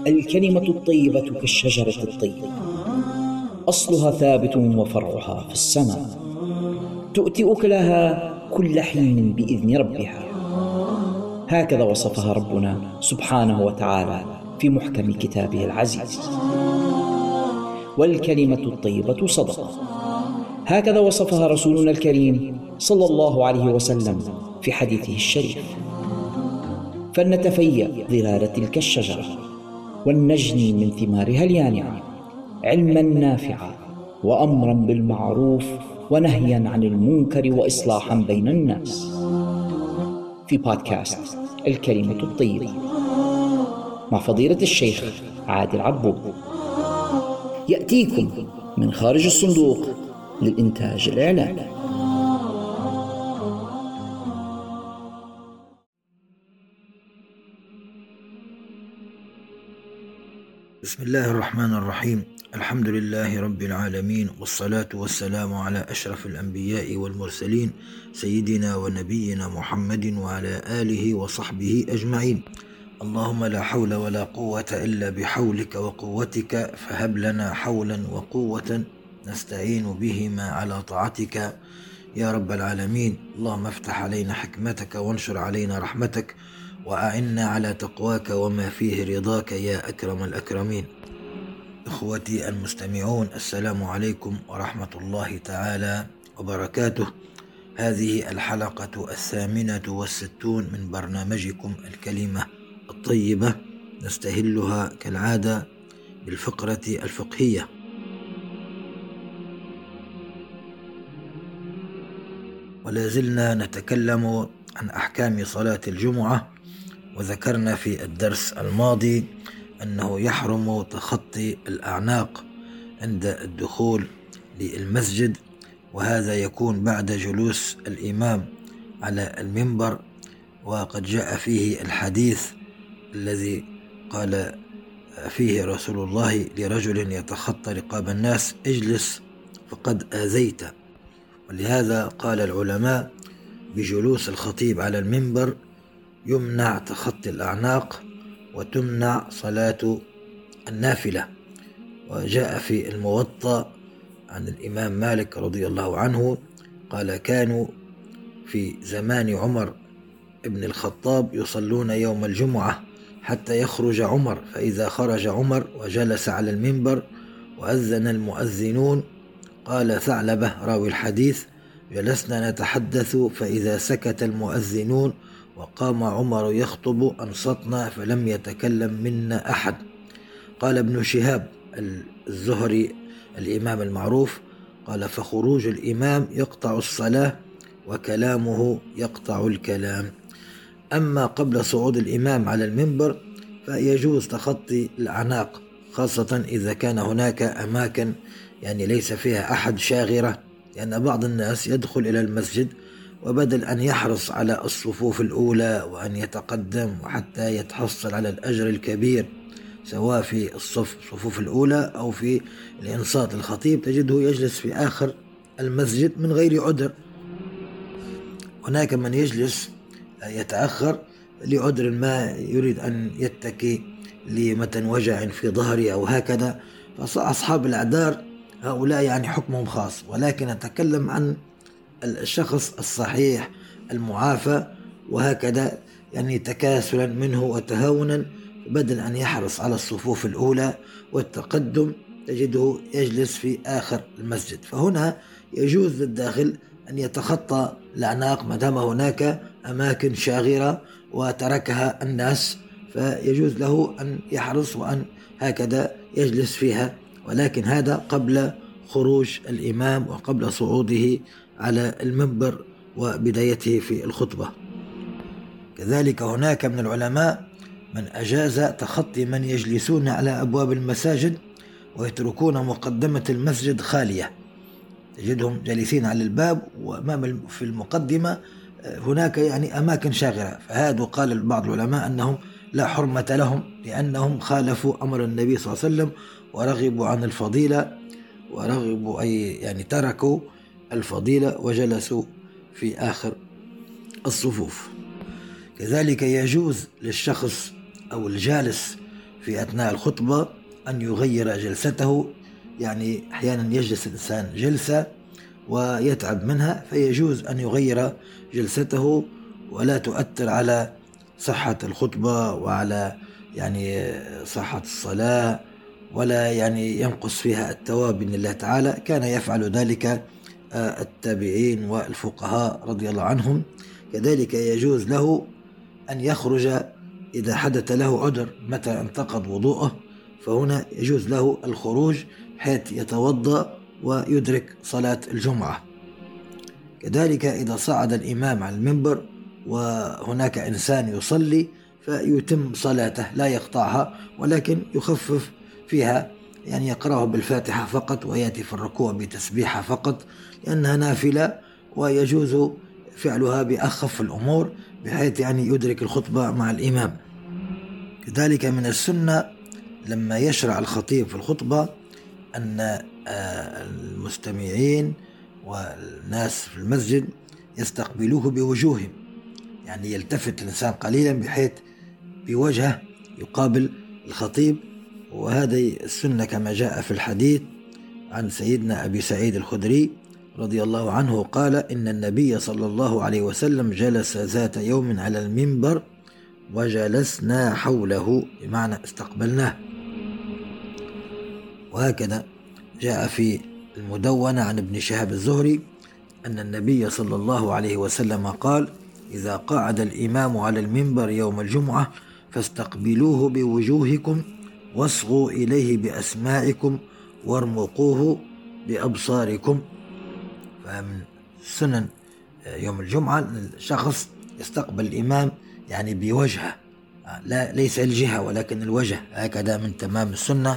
الكلمة الطيبة كالشجرة الطيبة، أصلها ثابت وفرعها في السماء، تؤتي أكلها كل حين بإذن ربها. هكذا وصفها ربنا سبحانه وتعالى في محكم كتابه العزيز. والكلمة الطيبة صدقة، هكذا وصفها رسولنا الكريم صلى الله عليه وسلم في حديثه الشريف. فلنتفيأ ظلال تلك الشجرة ولنجني من ثمارها اليانعة علما نافعا وأمرا بالمعروف ونهيا عن المنكر وإصلاحا بين الناس. في بودكاست الكلمة الطيبة مع فضيلة الشيخ عادل عبود، يأتيكم من خارج الصندوق للإنتاج الإعلامي. بسم الله الرحمن الرحيم. الحمد لله رب العالمين، والصلاة والسلام على أشرف الأنبياء والمرسلين سيدنا ونبينا محمد وعلى آله وصحبه أجمعين. اللهم لا حول ولا قوة إلا بحولك وقوتك، فهب لنا حولا وقوة نستعين بهما على طاعتك يا رب العالمين. اللهم افتح علينا حكمتك وانشر علينا رحمتك وأعنا على تقواك وما فيه رضاك يا أكرم الأكرمين. إخوتي المستمعون، السلام عليكم ورحمة الله تعالى وبركاته. هذه الحلقة 68 من برنامجكم الكلمة الطيبة، نستهلها كالعادة بالفقرة الفقهية. ولا زلنا نتكلم عن أحكام صلاة الجمعة، وذكرنا في الدرس الماضي أنه يحرم تخطي الأعناق عند الدخول للمسجد، وهذا يكون بعد جلوس الإمام على المنبر. وقد جاء فيه الحديث الذي قال فيه رسول الله لرجل يتخطى رقاب الناس: اجلس فقد آذيت. ولهذا قال العلماء بجلوس الخطيب على المنبر يمنع تخطي الأعناق وتمنع صلاة النافلة. وجاء في الموطأ عن الإمام مالك رضي الله عنه قال: كانوا في زمان عمر ابن الخطاب يصلون يوم الجمعة حتى يخرج عمر، فإذا خرج عمر وجلس على المنبر وأذن المؤذنون، قال ثعلبة راوي الحديث: جلسنا نتحدث فإذا سكت المؤذنون وقام عمر يخطب أنصتنا فلم يتكلم منا أحد. قال ابن شهاب الزهري الإمام المعروف قال: فخروج الإمام يقطع الصلاة وكلامه يقطع الكلام. أما قبل صعود الإمام على المنبر فيجوز تخطي الأعناق، خاصة إذا كان هناك أماكن ليس فيها أحد شاغرة، لأن بعض الناس يدخل إلى المسجد وبدل أن يحرص على الصفوف الأولى وأن يتقدم وحتى يتحصل على الأجر الكبير سواء في الصفوف الأولى أو في الإنصات الخطيب، تجده يجلس في آخر المسجد من غير عذر. هناك من يجلس يتأخر لعذر ما، يريد أن يتكي لمتن وجع في ظهره أو هكذا، فأصحاب الأعذار هؤلاء حكمهم خاص. ولكن أتكلم عن الشخص الصحيح المعافى، وهكذا تكاسلا منه وتهاونا، بدل أن يحرص على الصفوف الأولى والتقدم تجده يجلس في آخر المسجد. فهنا يجوز للداخل أن يتخطى الأعناق ما دام هناك أماكن شاغرة وتركها الناس، فيجوز له أن يحرص وأن هكذا يجلس فيها، ولكن هذا قبل خروج الإمام وقبل صعوده على المنبر وبدايته في الخطبة. كذلك هناك من العلماء من أجاز تخطي من يجلسون على أبواب المساجد ويتركون مقدمة المسجد خالية، تجدهم جالسين على الباب وأمام في المقدمة هناك أماكن شاغرة. فهذا قال بعض العلماء أنهم لا حرمة لهم، لأنهم خالفوا أمر النبي صلى الله عليه وسلم ورغبوا عن الفضيلة، ورغبوا أي تركوا الفضيلة وجلسوا في آخر الصفوف. كذلك يجوز للشخص أو الجالس في أثناء الخطبة أن يغير جلسته. يعني أحيانا يجلس الإنسان جلسة ويتعب منها، فيجوز أن يغير جلسته ولا تؤثر على صحة الخطبة وعلى يعني صحة الصلاة، ولا يعني ينقص فيها الثواب بإذن الله تعالى. كان يفعل ذلك التابعين والفقهاء رضي الله عنهم. كذلك يجوز له أن يخرج إذا حدث له عذر، متى انتقض وضوءه فهنا يجوز له الخروج حيث يتوضأ ويدرك صلاة الجمعة. كذلك إذا صعد الإمام على المنبر وهناك إنسان يصلي فيتم صلاته، لا يقطعها ولكن يخفف فيها، يعني يقرأه بالفاتحة فقط ويأتي في الركوع بتسبيحة فقط، لأنها نافلة ويجوز فعلها بأخف الأمور بحيث يعني يدرك الخطبة مع الإمام. كذلك من السنة لما يشرع الخطيب في الخطبة أن المستمعين والناس في المسجد يستقبلوه بوجوههم، يعني يلتفت الإنسان قليلا بحيث بوجهه يقابل الخطيب. وهذه السنة كما جاء في الحديث عن سيدنا أبي سعيد الخدري رضي الله عنه قال: إن النبي صلى الله عليه وسلم جلس ذات يوم على المنبر وجلسنا حوله، بمعنى استقبلناه. وهكذا جاء في المدونة عن ابن شهاب الزهري أن النبي صلى الله عليه وسلم قال: إذا قعد الإمام على المنبر يوم الجمعة فاستقبلوه بوجوهكم واصغوا إليه بأسماعكم وارمقوه بأبصاركم. فمن سنن يوم الجمعة الشخص يستقبل الإمام يعني بوجهه، ليس الجهة ولكن الوجه، هكذا من تمام السنة.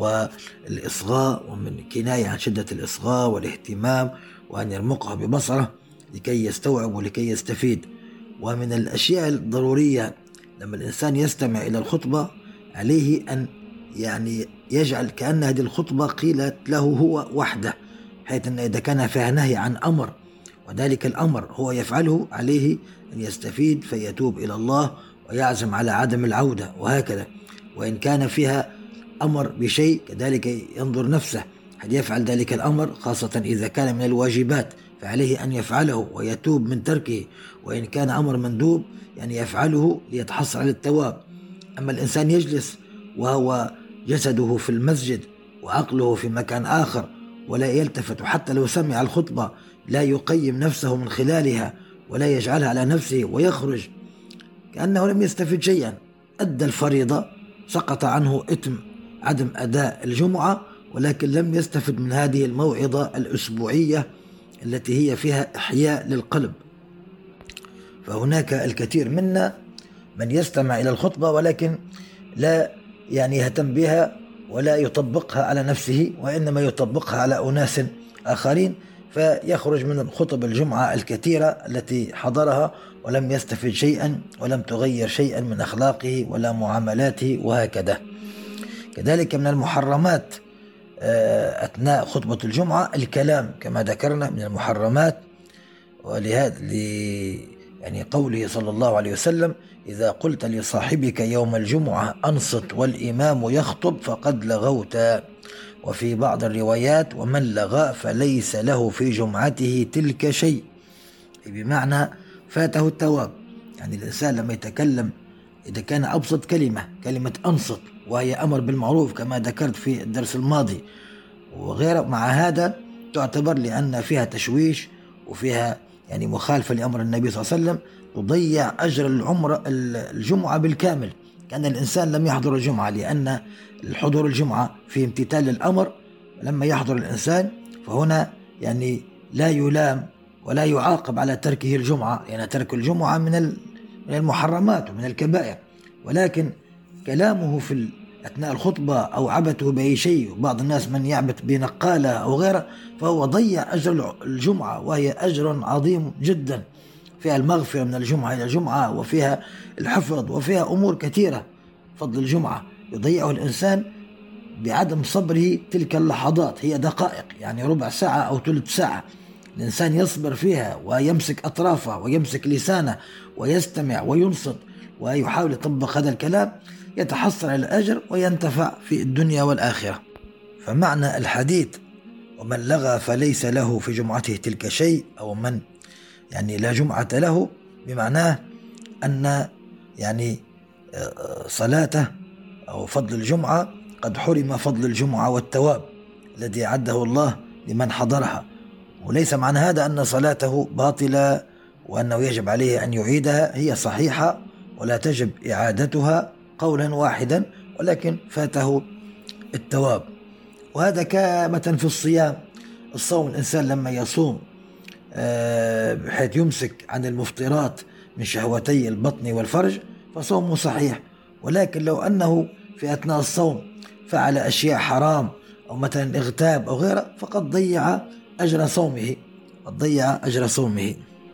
والإصغاء ومن كناية عن شدة الإصغاء والاهتمام، وأن يرمقه ببصره لكي يستوعب ولكي يستفيد. ومن الأشياء الضرورية لما الإنسان يستمع إلى الخطبة عليه أن يعني يجعل كأن هذه الخطبة قيلت له هو وحده، حيث أن إذا كان فيها نهي عن أمر وذلك الأمر هو يفعله عليه أن يستفيد فيتوب إلى الله ويعزم على عدم العودة، وهكذا. وإن كان فيها أمر بشيء كذلك ينظر نفسه هل يفعل ذلك الأمر، خاصة إذا كان من الواجبات فعليه أن يفعله ويتوب من تركه، وإن كان أمر مندوب يعني يفعله ليتحصل على الثواب. أما الإنسان يجلس وهو جسده في المسجد وعقله في مكان آخر ولا يلتفت، حتى لو سمع الخطبة لا يقيم نفسه من خلالها ولا يجعلها على نفسه ويخرج كأنه لم يستفد شيئا، أدى الفريضة، سقط عنه إثم عدم أداء الجمعة، ولكن لم يستفد من هذه الموعظة الأسبوعية التي هي فيها إحياء للقلب. فهناك الكثير منا من يستمع إلى الخطبة ولكن لا يعني يهتم بها ولا يطبقها على نفسه، وإنما يطبقها على أناس آخرين، فيخرج من خطب الجمعة الكثيرة التي حضرها ولم يستفد شيئا ولم تغير شيئا من أخلاقه ولا معاملاته، وهكذا. كذلك من المحرمات أثناء خطبة الجمعة الكلام كما ذكرنا من المحرمات، ولهذا يعني قوله صلى الله عليه وسلم: إذا قلت لصاحبك يوم الجمعة أنصت والإمام يخطب فقد لغوت. وفي بعض الروايات: ومن لغى فليس له في جمعته تلك شيء، بمعنى فاته الثواب. يعني الإنسان لما يتكلم إذا كان أبسط كلمة أنصت وهي أمر بالمعروف كما ذكرت في الدرس الماضي وغيره، مع هذا تعتبر لأن فيها تشويش وفيها يعني مخالفة لأمر النبي صلى الله عليه وسلم، تضيع أجر الجمعة بالكامل، كأن الإنسان لم يحضر الجمعة، لأن الحضور الجمعة في امتثال للأمر. لما يحضر الإنسان فهنا يعني لا يلام ولا يعاقب على تركه الجمعة، لأن يعني ترك الجمعة من المحرمات ومن الكبائر، ولكن كلامه في أثناء الخطبة أو عبثه بأي شيء، وبعض الناس من يعبث بنقالة أو غيره، فهو ضيع أجر الجمعة، وهي أجر عظيم جدا، فيها المغفرة من الجمعة إلى الجمعة، وفيها الحفظ، وفيها أمور كثيرة. فضل الجمعة يضيعه الإنسان بعدم صبره تلك اللحظات، هي دقائق يعني ربع ساعة أو ثلث ساعة الإنسان يصبر فيها ويمسك أطرافه ويمسك لسانه ويستمع وينصت ويحاول يطبق هذا الكلام، يتحصل على الأجر وينتفع في الدنيا والآخرة. فمعنى الحديث ومن لغى فليس له في جمعته تلك شيء، أو من لا جمعة له، بمعناه أن صلاته أو فضل الجمعة قد حرم فضل الجمعة والثواب الذي أعده الله لمن حضرها. وليس معنى هذا أن صلاته باطلة وأنه يجب عليه أن يعيدها، هي صحيحة ولا تجب إعادتها قولا واحدا، ولكن فاته الثواب. وهذا كامة في الصيام. الصوم الإنسان لما يصوم بحيث يمسك عن المفطرات من شهوتي البطن والفرج فصومه صحيح. ولكن لو أنه في أثناء الصوم فعل أشياء حرام أو مثلا اغتاب أو غيره فقد ضيع أجر صومه.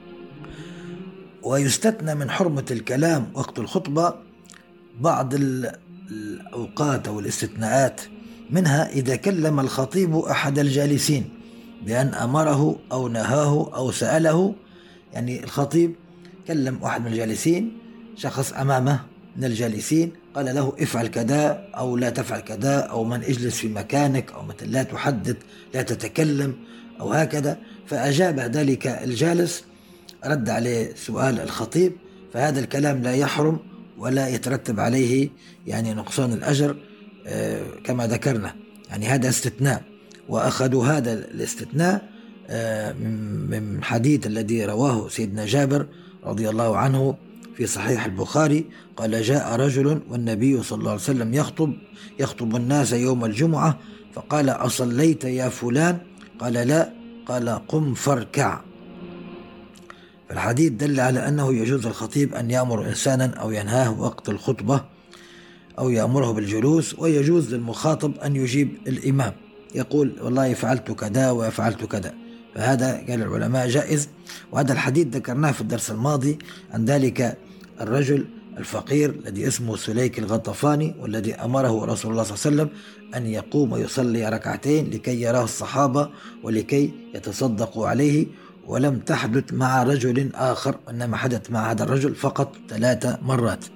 ويستثنى من حرمة الكلام وقت الخطبة بعض الأوقات أو الاستثناءات، منها إذا كلم الخطيب أحد الجالسين بأن أمره أو نهاه أو سأله. الخطيب كلم واحد من الجالسين، شخص أمامه من الجالسين، قال له افعل كذا أو لا تفعل كذا، أو من اجلس في مكانك، أو مثلا لا تحدث، لا تتكلم، أو هكذا. فأجاب ذلك الجالس، رد عليه سؤال الخطيب، فهذا الكلام لا يحرم ولا يترتب عليه نقصان الأجر كما ذكرنا. هذا استثناء، وأخذوا هذا الاستثناء من حديث الذي رواه سيدنا جابر رضي الله عنه في صحيح البخاري، قال جاء رجل والنبي صلى الله عليه وسلم يخطب الناس يوم الجمعة، فقال أصليت يا فلان؟ قال لا. قال قم فاركع. فالحديث دل على أنه يجوز الخطيب أن يأمر إنسانا أو ينهاه وقت الخطبة أو يأمره بالجلوس، ويجوز للمخاطب أن يجيب الإمام، يقول والله فعلت كذا وفعلت كذا. فهذا قال العلماء جائز. وهذا الحديث ذكرناه في الدرس الماضي عن ذلك الرجل الفقير الذي اسمه سليك الغطفاني، والذي أمره رسول الله صلى الله عليه وسلم أن يقوم ويصلي ركعتين لكي يراه الصحابة ولكي يتصدقوا عليه. ولم تحدث مع رجل آخر، إنما حدث مع هذا الرجل فقط 3 مرات.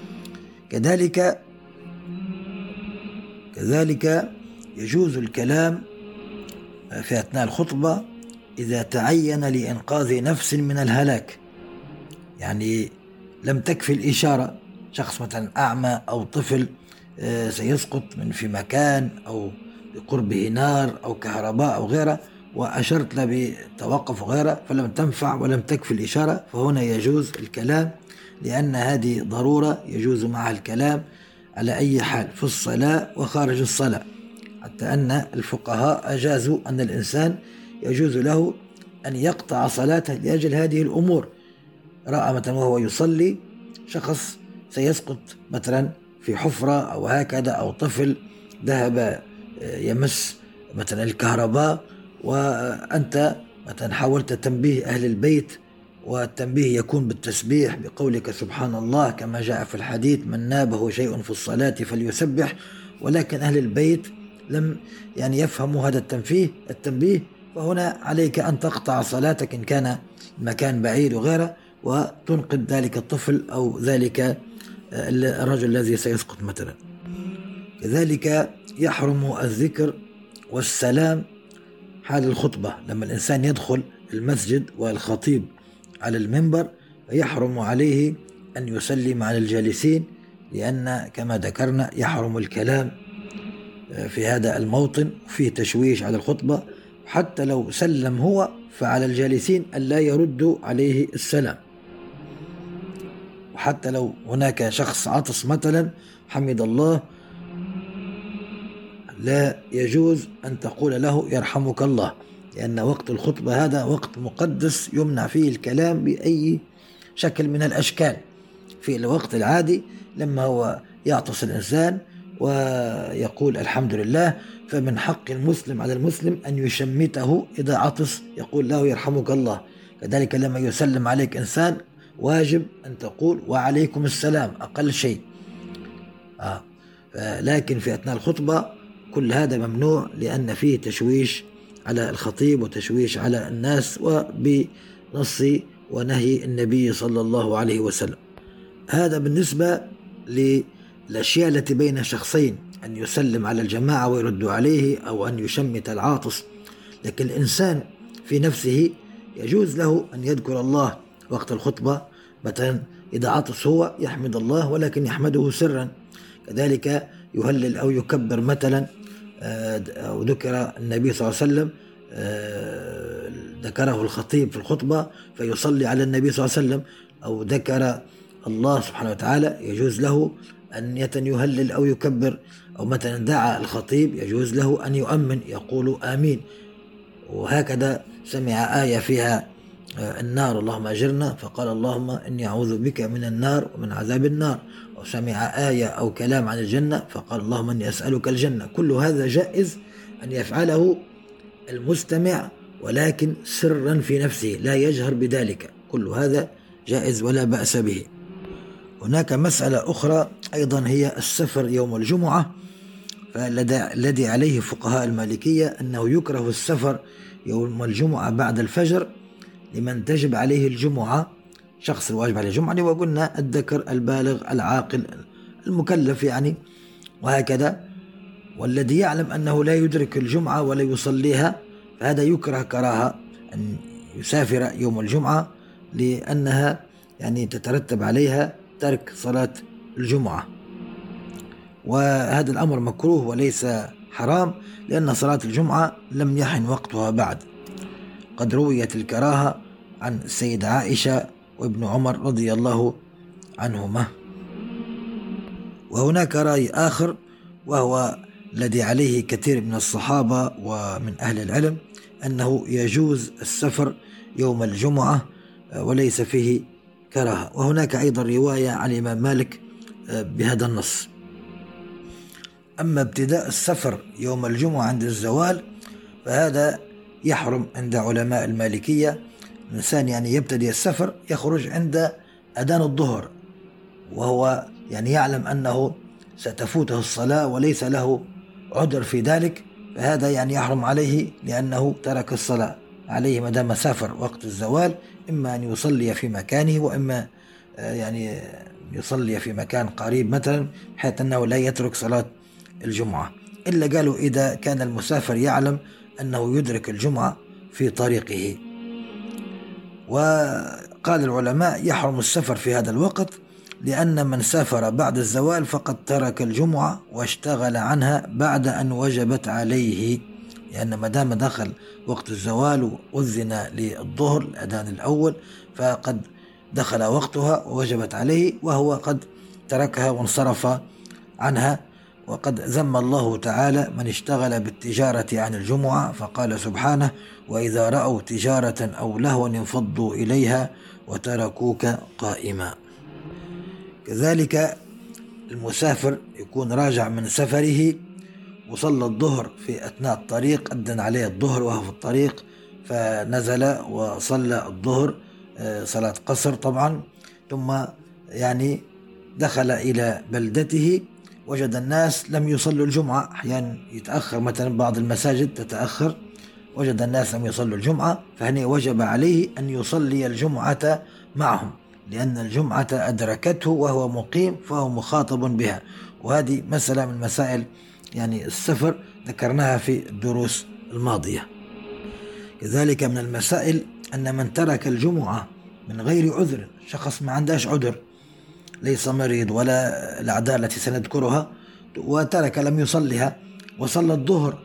كذلك يجوز الكلام في أثناء الخطبة إذا تعين لإنقاذ نفس من الهلاك. لم تكفي الإشارة، شخص مثلا أعمى أو طفل سيسقط من في مكان أو بقربه نار أو كهرباء أو غيره، وأشرت له بتوقف وغيره فلم تنفع ولم تكفي الإشارة، فهنا يجوز الكلام، لأن هذه ضرورة يجوز معها الكلام على أي حال في الصلاة وخارج الصلاة. حتى أن الفقهاء أجازوا أن الإنسان يجوز له أن يقطع صلاته لأجل هذه الأمور. رأى مثلا وهو يصلي شخص سيسقط مثلا في حفرة أو هكذا، أو طفل ذهب يمس مثلا الكهرباء، وأنت مثلا حاولت تنبيه أهل البيت، والتنبيه يكون بالتسبيح بقولك سبحان الله كما جاء في الحديث من نابه شيء في الصلاة فليسبح. ولكن أهل البيت لم يفهموا هذا التنبيه، فهنا عليك أن تقطع صلاتك إن كان مكان بعيد وغيره، وتنقذ ذلك الطفل أو ذلك الرجل الذي سيسقط مثلا. كذلك يحرم الذكر والسلام حال الخطبة. لما الإنسان يدخل المسجد والخطيب على المنبر يحرم عليه أن يسلم على الجالسين، لأن كما ذكرنا يحرم الكلام في هذا الموطن، فيه تشويش على الخطبة. حتى لو سلم هو فعلى الجالسين ألا يردوا عليه السلام. وحتى لو هناك شخص عطس مثلا حمد الله، لا يجوز أن تقول له يرحمك الله، لأن وقت الخطبة هذا وقت مقدس يمنع فيه الكلام بأي شكل من الأشكال. في الوقت العادي لما هو يعطس الإنسان ويقول الحمد لله، فمن حق المسلم على المسلم أن يشمته إذا عطس، يقول له يرحمك الله. كذلك لما يسلم عليك إنسان واجب أن تقول وعليكم السلام أقل شيء. لكن في أثناء الخطبة كل هذا ممنوع، لأن فيه تشويش على الخطيب وتشويش على الناس، وبنص ونهي النبي صلى الله عليه وسلم. هذا بالنسبة الأشياء التي بين شخصين، أن يسلم على الجماعة ويرد عليه أو أن يشمت العاطس، لكن الإنسان في نفسه يجوز له أن يذكر الله وقت الخطبة. مثلا إذا عطس هو يحمد الله ولكن يحمده سرا، كذلك يهلل أو يكبر مثلا. أو ذكر النبي صلى الله عليه وسلم، ذكره الخطيب في الخطبة فيصلي على النبي صلى الله عليه وسلم، أو ذكر الله سبحانه وتعالى يجوز له أن يهلل أو يكبر، أو مثلا دعا الخطيب يجوز له أن يؤمن يقول آمين. وهكذا سمع آية فيها النار اللهم أجرنا فقال اللهم إني أعوذ بك من النار ومن عذاب النار، أو سمع آية أو كلام عن الجنة فقال اللهم إني أسألك الجنة. كل هذا جائز أن يفعله المستمع ولكن سرا في نفسه لا يجهر بذلك، كل هذا جائز ولا بأس به. هناك مسألة أخرى أيضا هي السفر يوم الجمعة، فالذي عليه فقهاء المالكية أنه يكره السفر يوم الجمعة بعد الفجر لمن تجب عليه الجمعة، شخص الواجب عليه الجمعة، وقلنا الذكر البالغ العاقل المكلف يعني، وهكذا. والذي يعلم أنه لا يدرك الجمعة ولا يصليها فهذا يكره كراهة أن يسافر يوم الجمعة، لأنها يعني تترتب عليها ترك صلاة الجمعة، وهذا الأمر مكروه وليس حرام، لأن صلاة الجمعة لم يحن وقتها بعد. قد رويت الكراهة عن السيدة عائشة وابن عمر رضي الله عنهما. وهناك رأي آخر وهو الذي عليه كثير من الصحابة ومن أهل العلم، أنه يجوز السفر يوم الجمعة وليس فيه كراهة. وهناك أيضا رواية عن الإمام مالك بهذا النص. أما ابتداء السفر يوم الجمعة عند الزوال فهذا يحرم عند علماء المالكية. الإنسان يعني يبتدي السفر يخرج عند أذان الظهر وهو يعني يعلم أنه ستفوته الصلاة وليس له عذر في ذلك، فهذا يعني يحرم عليه لأنه ترك الصلاة عليه ما دام سافر وقت الزوال، إما أن يصلي في مكانه وإما يعني يصلي في مكان قريب مثلا، بحيث أنه لا يترك صلاة الجمعة، إلا قالوا إذا كان المسافر يعلم أنه يدرك الجمعة في طريقه. وقال العلماء يحرم السفر في هذا الوقت، لأن من سافر بعد الزوال فقد ترك الجمعة واشتغل عنها بعد أن وجبت عليه، لأن ما دام دخل وقت الزوال وأذن للظهر الأذان الأول فقد دخل وقتها ووجبت عليه، وهو قد تركها وانصرف عنها. وقد ذم الله تعالى من اشتغل بالتجارة عن الجمعة، فقال سبحانه وإذا رأوا تجارة أو لهوا انفضوا إليها وتركوك قائما. كذلك المسافر يكون راجع من سفره وصلى الظهر في أثناء الطريق، أذن عليه الظهر وهو في الطريق فنزل وصلى الظهر صلاة قصر طبعا، ثم يعني دخل إلى بلدته وجد الناس لم يصلوا الجمعة، أحيانا يتأخر مثلا بعض المساجد تتأخر، وجد الناس لم يصلوا الجمعة، فهنا وجب عليه أن يصلي الجمعة معهم، لأن الجمعة أدركته وهو مقيم فهو مخاطب بها. وهذه مسألة من مسائل يعني السفر ذكرناها في الدروس الماضية. كذلك من المسائل أن من ترك الجمعة من غير عذر، شخص ما عندهش عذر، ليس مريض ولا الأعذار التي سنذكرها، وترك لم يصلها وصلى الظهر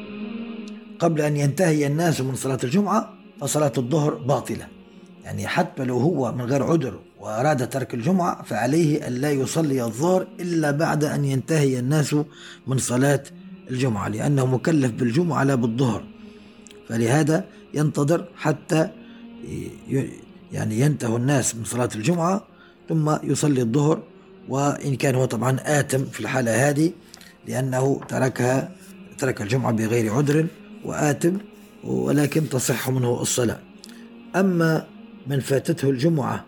قبل أن ينتهي الناس من صلاة الجمعة، فصلاة الظهر باطلة. يعني حتى لو هو من غير عذر وأراد ترك الجمعة فعليه أن لا يصلي الظهر إلا بعد أن ينتهي الناس من صلاة الجمعة، لأنه مكلف بالجمعة لا بالظهر، فلهذا ينتظر حتى يعني ينتهي الناس من صلاة الجمعة ثم يصلي الظهر. وإن كان هو طبعا آثم في الحالة هذه، لأنه ترك الجمعة بغير عذر وآثم، ولكن تصح منه الصلاة. أما من فاتته الجمعة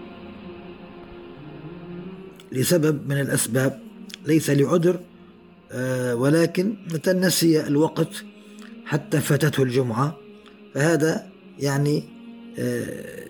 لسبب من الأسباب ليس لعذر ولكن نسي الوقت حتى فاتته الجمعة، فهذا يعني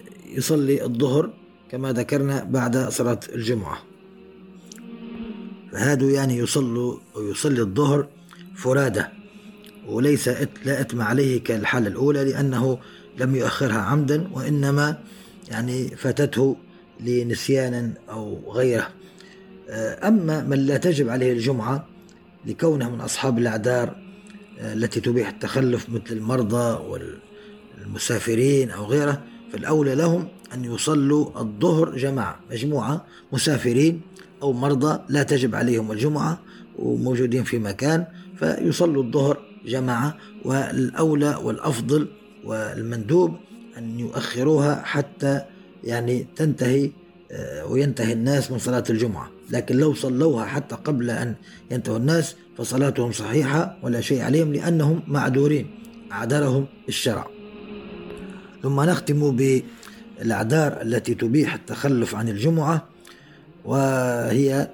يصلي الظهر كما ذكرنا بعد صلاة الجمعة. فهذا يعني يصلي الظهر فرادى، وليس لا إثم عليه كالحالة الأولى، لأنه لم يؤخرها عمدا، وإنما يعني فاتته لنسيان أو غيره. أما من لا تجب عليه الجمعة لكونه من أصحاب الأعذار التي تبيح التخلف مثل المرضى والمسافرين أو غيره، فالأولى لهم أن يصلوا الظهر جماعة، مجموعة مسافرين أو مرضى لا تجب عليهم الجمعة وموجودين في مكان، فيصلوا الظهر جماعة. والأولى والأفضل والمندوب أن يؤخروها حتى يعني تنتهي وينتهي الناس من صلاة الجمعة. لكن لو صلوها حتى قبل أن ينتهي الناس فصلاتهم صحيحة ولا شيء عليهم، لأنهم معذورين أعذرهم الشرع. ثم نختم بالأعذار التي تبيح التخلف عن الجمعة، وهي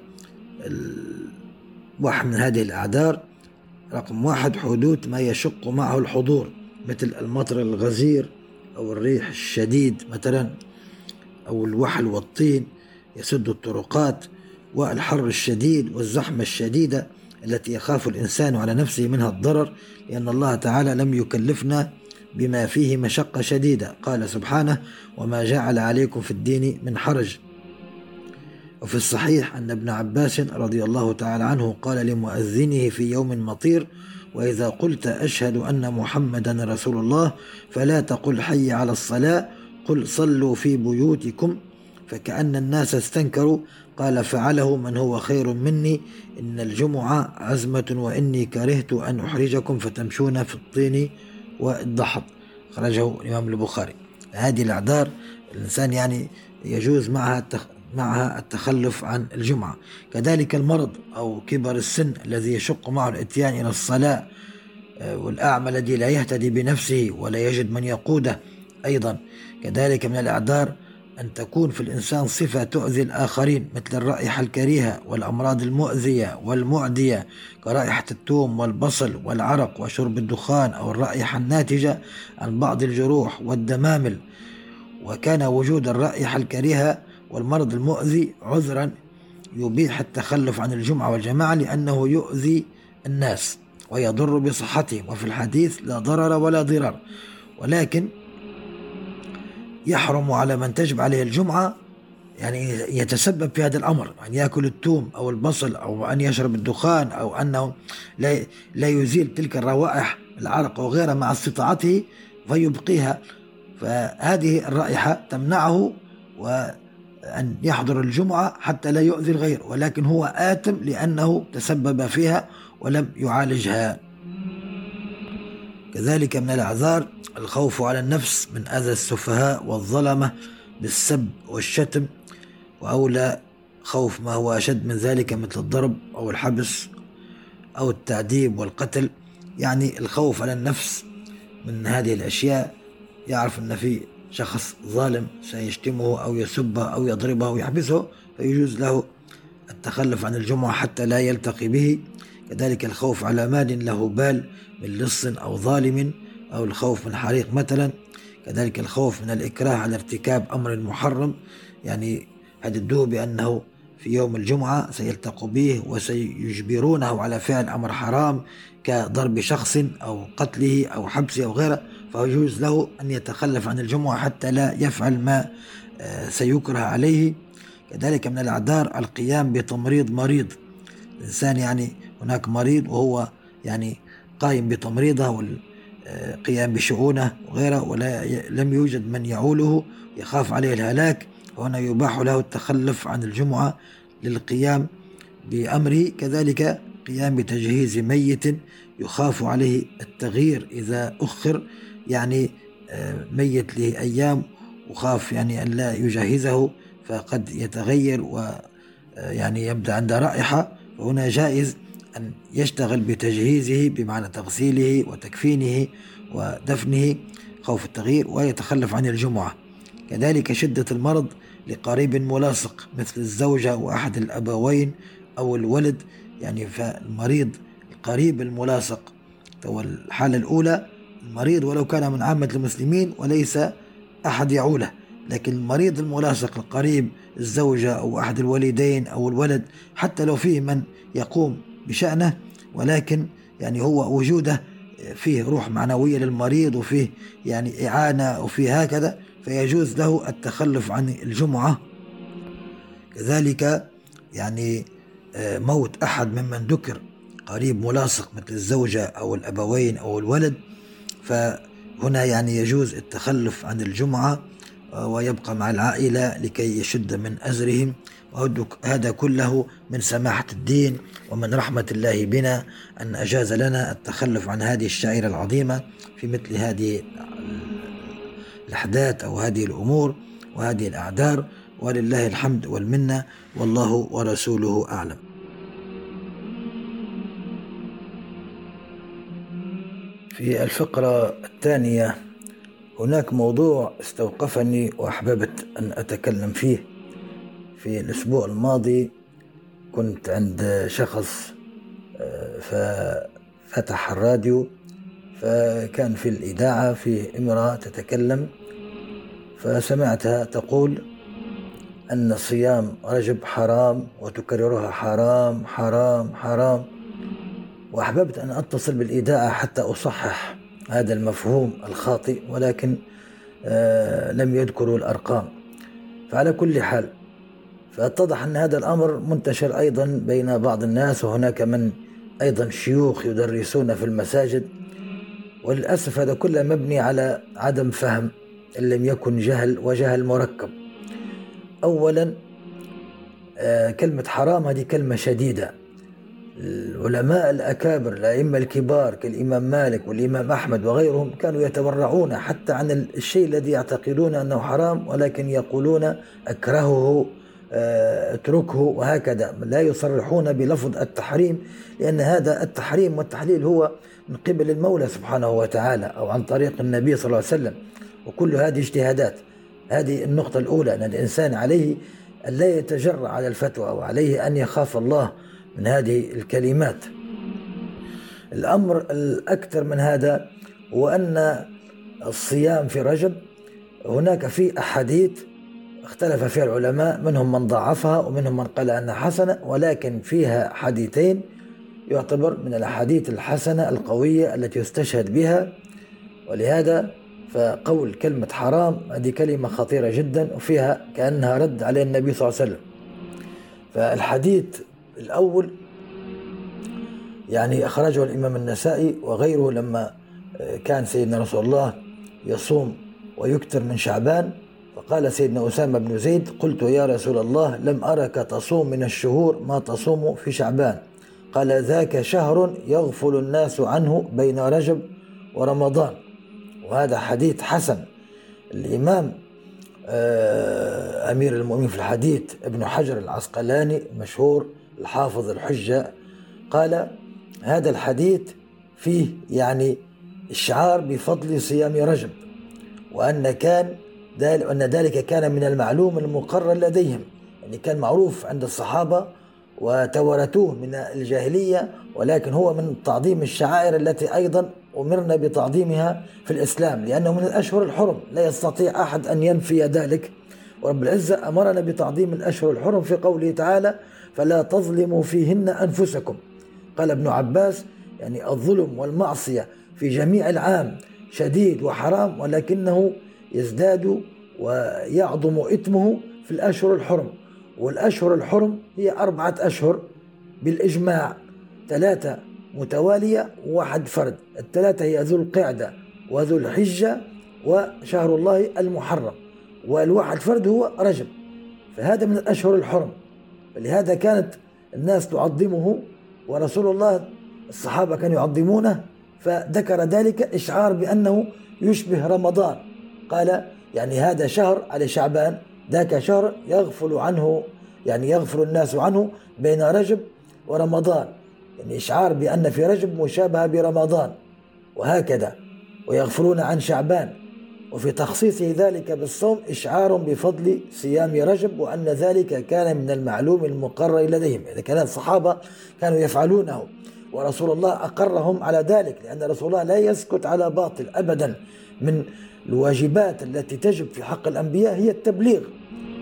واحد من هذه الأعذار: رقم 1 حدوث ما يشق معه الحضور، مثل المطر الغزير أو الريح الشديد مثلا، أو الوحل والطين يسد الطرقات، والحر الشديد والزحمة الشديدة التي يخاف الإنسان على نفسه منها الضرر، لأن الله تعالى لم يكلفنا بما فيه مشقة شديدة. قال سبحانه: وما جعل عليكم في الدين من حرج. وفي الصحيح أن ابن عباس رضي الله تعالى عنه قال لمؤذنه في يوم مطير: وإذا قلت أشهد أن محمدا رسول الله فلا تقل حي على الصلاة، قل صلوا في بيوتكم. فكأن الناس استنكروا. قال: فعله من هو خير مني، إن الجمعة عزمة وإني كرهت أن أحرجكم فتمشون في الطين والضحض. خرجه الإمام البخاري. هذه الأعذار الإنسان يعني يجوز معها التخلف عن الجمعة. كذلك المرض أو كبر السن الذي يشق معه الاتيان إلى الصلاة، والأعمى الذي لا يهتدي بنفسه ولا يجد من يقوده أيضا. كذلك من الأعذار أن تكون في الإنسان صفة تؤذي الآخرين، مثل الرائحة الكريهة والأمراض المؤذية والمعدية كرائحة الثوم والبصل والعرق وشرب الدخان، أو الرائحة الناتجة عن بعض الجروح والدمامل. وكان وجود الرائحة الكريهة والمرض المؤذي عذرا يبيح التخلف عن الجمعة والجماعة، لأنه يؤذي الناس ويضر بصحتهم. وفي الحديث: لا ضرر ولا ضرار. ولكن يحرم على من تجب عليه الجمعة يعني يتسبب في هذا الأمر، أن يأكل الثوم أو البصل أو أن يشرب الدخان، أو أنه لا يزيل تلك الروائح العرق وغيرها مع استطاعته فيبقيها، فهذه الرائحة تمنعه وأن يحضر الجمعة حتى لا يؤذي الغير، ولكن هو آثم لأنه تسبب فيها ولم يعالجها. كذلك من الأعذار الخوف على النفس من أذى السفهاء والظلمة بالسب والشتم، وأولى خوف ما هو أشد من ذلك مثل الضرب أو الحبس أو التعذيب والقتل. يعني الخوف على النفس من هذه الأشياء، يعرف أن في شخص ظالم سيشتمه أو يسبه أو يضربه أو يحبسه، فيجوز له التخلف عن الجمعة حتى لا يلتقي به. كذلك الخوف على مال له بال من لص أو ظالم، أو الخوف من حريق مثلا. كذلك الخوف من الإكراه على ارتكاب أمر محرم، يعني هددوه بأنه في يوم الجمعة سيلتقوا به وسيجبرونه على فعل أمر حرام كضرب شخص أو قتله أو حبسه أو غيره، فيجوز له أن يتخلف عن الجمعة حتى لا يفعل ما سيكره عليه. كذلك من الأعذار القيام بتمريض مريض، الإنسان يعني هناك مريض وهو يعني قائم بتمريضه والقيام بشؤونه وغيره، ولم يوجد من يعوله، يخاف عليه الهلاك، وهنا يباح له التخلف عن الجمعة للقيام بأمره. كذلك قيام بتجهيز ميت يخاف عليه التغيير إذا أخر، يعني ميت له أيام وخاف يعني أن لا يجهزه فقد يتغير ويعني يبدأ عند رائحة، فهنا جائز أن يشتغل بتجهيزه بمعنى تغسيله وتكفينه ودفنه خوف التغيير، ويتخلف عن الجمعة. كذلك شدة المرض لقريب ملاصق مثل الزوجة وأحد الأبوين أو الولد، يعني فالمريض القريب الملاصق. والحالة الأولى المريض ولو كان من عامة المسلمين وليس أحد يعوله، لكن المريض الملاصق القريب الزوجة أو أحد الوالدين أو الولد، حتى لو فيه من يقوم بشأنه، ولكن يعني هو وجوده فيه روح معنوية للمريض وفيه يعني إعانة وفيه هكذا، فيجوز له التخلف عن الجمعة. كذلك يعني موت أحد ممن ذكر قريب ملاصق مثل الزوجة أو الأبوين أو الولد، فهنا يعني يجوز التخلف عن الجمعة ويبقى مع العائلة لكي يشد من أزرهم. وهذا كله من سماحة الدين ومن رحمة الله بنا أن أجاز لنا التخلف عن هذه الشعيرة العظيمة في مثل هذه الأحداث أو هذه الأمور وهذه الأعذار، ولله الحمد والمنة، والله ورسوله أعلم. في الفقرة الثانية هناك موضوع استوقفني وأحببت أن أتكلم فيه. في الأسبوع الماضي كنت عند شخص ففتح الراديو، فكان في الإذاعة في امرأة تتكلم، فسمعتها تقول أن صيام رجب حرام وتكررها حرام حرام حرام، وأحببت أن أتصل بالإذاعة حتى أصحح هذا المفهوم الخاطئ، ولكن لم يذكروا الأرقام. فعلى كل حال فاتضح أن هذا الأمر منتشر أيضا بين بعض الناس، وهناك من أيضا شيوخ يدرسون في المساجد، وللأسف هذا كله مبني على عدم فهم إن لم يكن جهل، وجهل مركب. أولا كلمة حرام هذه كلمة شديدة. العلماء الأكابر الأئمة الكبار كالإمام مالك والإمام أحمد وغيرهم كانوا يتورعون حتى عن الشيء الذي يعتقدون أنه حرام، ولكن يقولون أكرهه اتركه، وهكذا لا يصرحون بلفظ التحريم، لأن هذا التحريم والتحليل هو من قبل المولى سبحانه وتعالى أو عن طريق النبي صلى الله عليه وسلم، وكل هذه اجتهادات. هذه النقطة الأولى، أن الإنسان عليه أن لا يتجرأ على الفتوى، وعليه أن يخاف الله من هذه الكلمات. الأمر الأكثر من هذا هو أن الصيام في رجب هناك فيه أحاديث اختلف فيها العلماء، منهم من ضعفها ومنهم من قال أنها حسنة، ولكن فيها حديثين يعتبر من الأحاديث الحسنة القوية التي يستشهد بها. ولهذا فقول كلمة حرام هذه كلمة خطيرة جدا، وفيها كأنها رد على النبي صلى الله عليه وسلم. فالحديث الأول يعني أخرجه الإمام النسائي وغيره، لما كان سيدنا رسول الله يصوم ويكثر من شعبان، فقال سيدنا أسامة بن زيد: قلت يا رسول الله لم أرك تصوم من الشهور ما تصوم في شعبان. قال: ذاك شهر يغفل الناس عنه بين رجب ورمضان. وهذا حديث حسن. الإمام أمير المؤمنين في الحديث ابن حجر العسقلاني مشهور الحافظ الحجة قال: هذا الحديث فيه يعني إشعار بفضل صيام رجب، وأن ذلك كان من المعلوم المقرر لديهم، يعني كان معروف عند الصحابة وتورثوه من الجاهلية، ولكن هو من تعظيم الشعائر التي أيضا أمرنا بتعظيمها في الإسلام، لأنه من الأشهر الحرم لا يستطيع أحد أن ينفي ذلك. ورب العزة أمرنا بتعظيم الأشهر الحرم في قوله تعالى: فلا تظلموا فيهن أنفسكم. قال ابن عباس: يعني الظلم والمعصية في جميع العام شديد وحرام، ولكنه يزداد ويعظم إثمه في الأشهر الحرم. والأشهر الحرم هي 4 أشهر بالإجماع، 3 متوالية وواحد فرد. ال3 هي ذو القعدة وذو الحجة وشهر الله المحرم، والواحد فرد هو رجب. فهذا من الأشهر الحرم، فلهذا كانت الناس تعظمه، ورسول الله الصحابة كانوا يعظمونه، فذكر ذلك إشعار بأنه يشبه رمضان. قال: يعني هذا شهر على شعبان، ذاك شهر يغفل عنه، يعني يغفل الناس عنه بين رجب ورمضان، يعني إشعار بأن في رجب مشابهة برمضان، وهكذا ويغفلون عن شعبان. وفي تخصيصه ذلك بالصوم إشعار بفضل صيام رجب، وأن ذلك كان من المعلوم المقرر لديهم، إذا كان الصحابة كانوا يفعلونه ورسول الله أقرهم على ذلك، لأن رسول الله لا يسكت على باطل أبدا. من الواجبات التي تجب في حق الأنبياء هي التبليغ،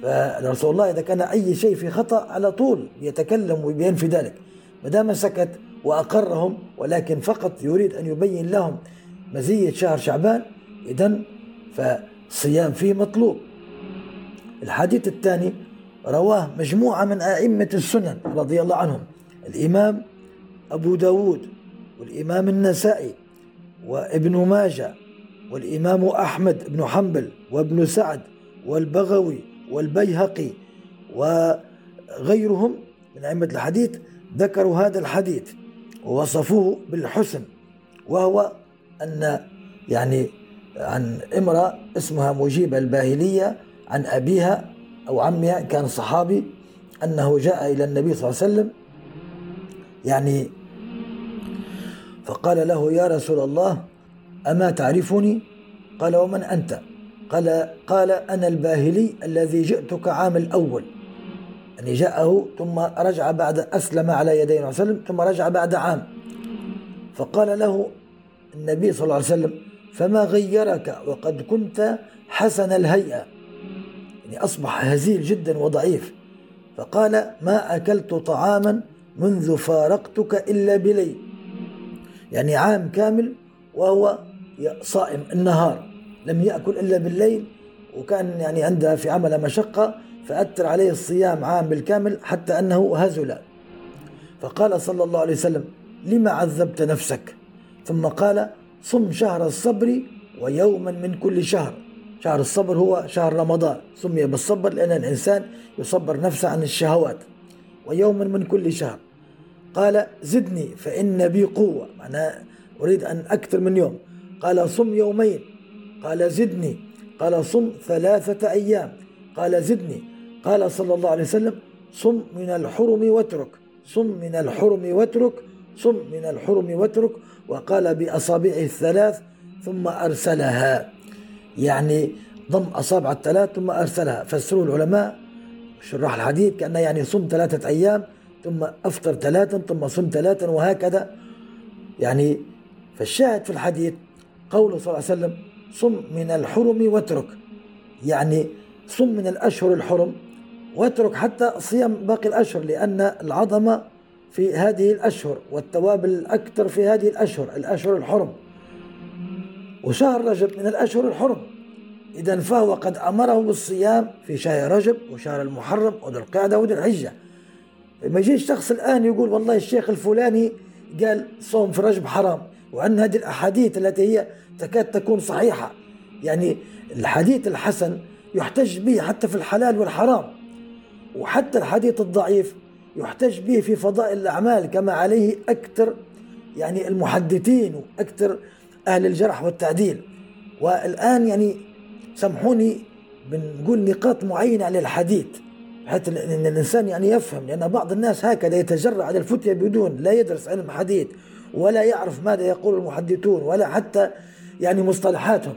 فرسول الله إذا كان أي شيء في خطأ على طول يتكلم ويبين في ذلك، ما دام سكت وأقرهم ولكن فقط يريد أن يبين لهم مزية شهر شعبان، إذن فالصيام فيه مطلوب. الحديث الثاني رواه مجموعة من أئمة السنن رضي الله عنهم، الإمام أبو داود والإمام النسائي وابن ماجه والإمام أحمد بن حنبل وابن سعد والبغوي والبيهقي وغيرهم من أئمة الحديث ذكروا هذا الحديث ووصفوه بالحسن، وهو أن يعني عن امرأة اسمها مجيبة الباهلية عن أبيها أو عمها كان صحابي، أنه جاء إلى النبي صلى الله عليه وسلم يعني فقال له: يا رسول الله أما تعرفني؟ قال: ومن أنت؟ قال: أنا الباهلي الذي جئتك عام الأول، يعني جاءه ثم رجع بعد أسلم على يدي النبي صلى الله عليه وسلم ثم رجع بعد عام. فقال له النبي صلى الله عليه وسلم: فما غيرك وقد كنت حسن الهيئة، يعني أصبح هزيل جدا وضعيف. فقال: ما أكلت طعاما منذ فارقتك إلا بليل، يعني عام كامل وهو صائم النهار، لم يأكل إلا بالليل، وكان يعني عنده في عمل مشقة فأثر عليه الصيام عام بالكامل حتى أنه هزل. فقال صلى الله عليه وسلم: لما عذبت نفسك؟ ثم قال: صم شهر الصبر ويوما من كل شهر. شهر الصبر هو شهر رمضان، سمي بالصبر لأن الإنسان يصبر نفسه عن الشهوات، ويوما من كل شهر. قال: زدني فإن بي قوة، معناه أريد أن أكثر من يوم. قال: صم يومين. قال: زدني. قال: صم 3 أيام. قال: زدني. قال صلى الله عليه وسلم: صم من الحرم واترك، صم من الحرم واترك، صم من الحرم واترك. وقال بأصابعه الثلاث ثم أرسلها، يعني ضم أصابع الثلاث ثم أرسلها. فسروا العلماء شراح الحديث كأنه يعني صم 3 أيام ثم أفطر 3 ثم صم 3 وهكذا يعني. فالشاهد في الحديث قوله صلى الله عليه وسلم: صم من الحرم واترك، يعني صم من الأشهر الحرم واترك حتى صيام باقي الأشهر، لأن العظمة في هذه الأشهر والتوابل الأكثر في هذه الأشهر الحرم، وشهر رجب من الأشهر الحرم، إذن فهو قد أمره بالصيام في شهر رجب وشهر المحرم وذو القعدة وذو الحجة. ما يجي الشخص الآن يقول والله الشيخ الفلاني قال صوم في رجب حرام، وأن هذه الأحاديث التي هي تكاد تكون صحيحة، يعني الحديث الحسن يحتج به حتى في الحلال والحرام، وحتى الحديث الضعيف يحتج به في فضائل الأعمال كما عليه أكثر يعني المحدثين وأكثر أهل الجرح والتعديل. والآن يعني سامحوني بنقول نقاط معينة على الحديث حتى أن الإنسان يعني يفهم، لأن بعض الناس هكذا يتجرأ على الفتية بدون لا يدرس علم حديث ولا يعرف ماذا يقول المحدثون ولا حتى يعني مصطلحاتهم.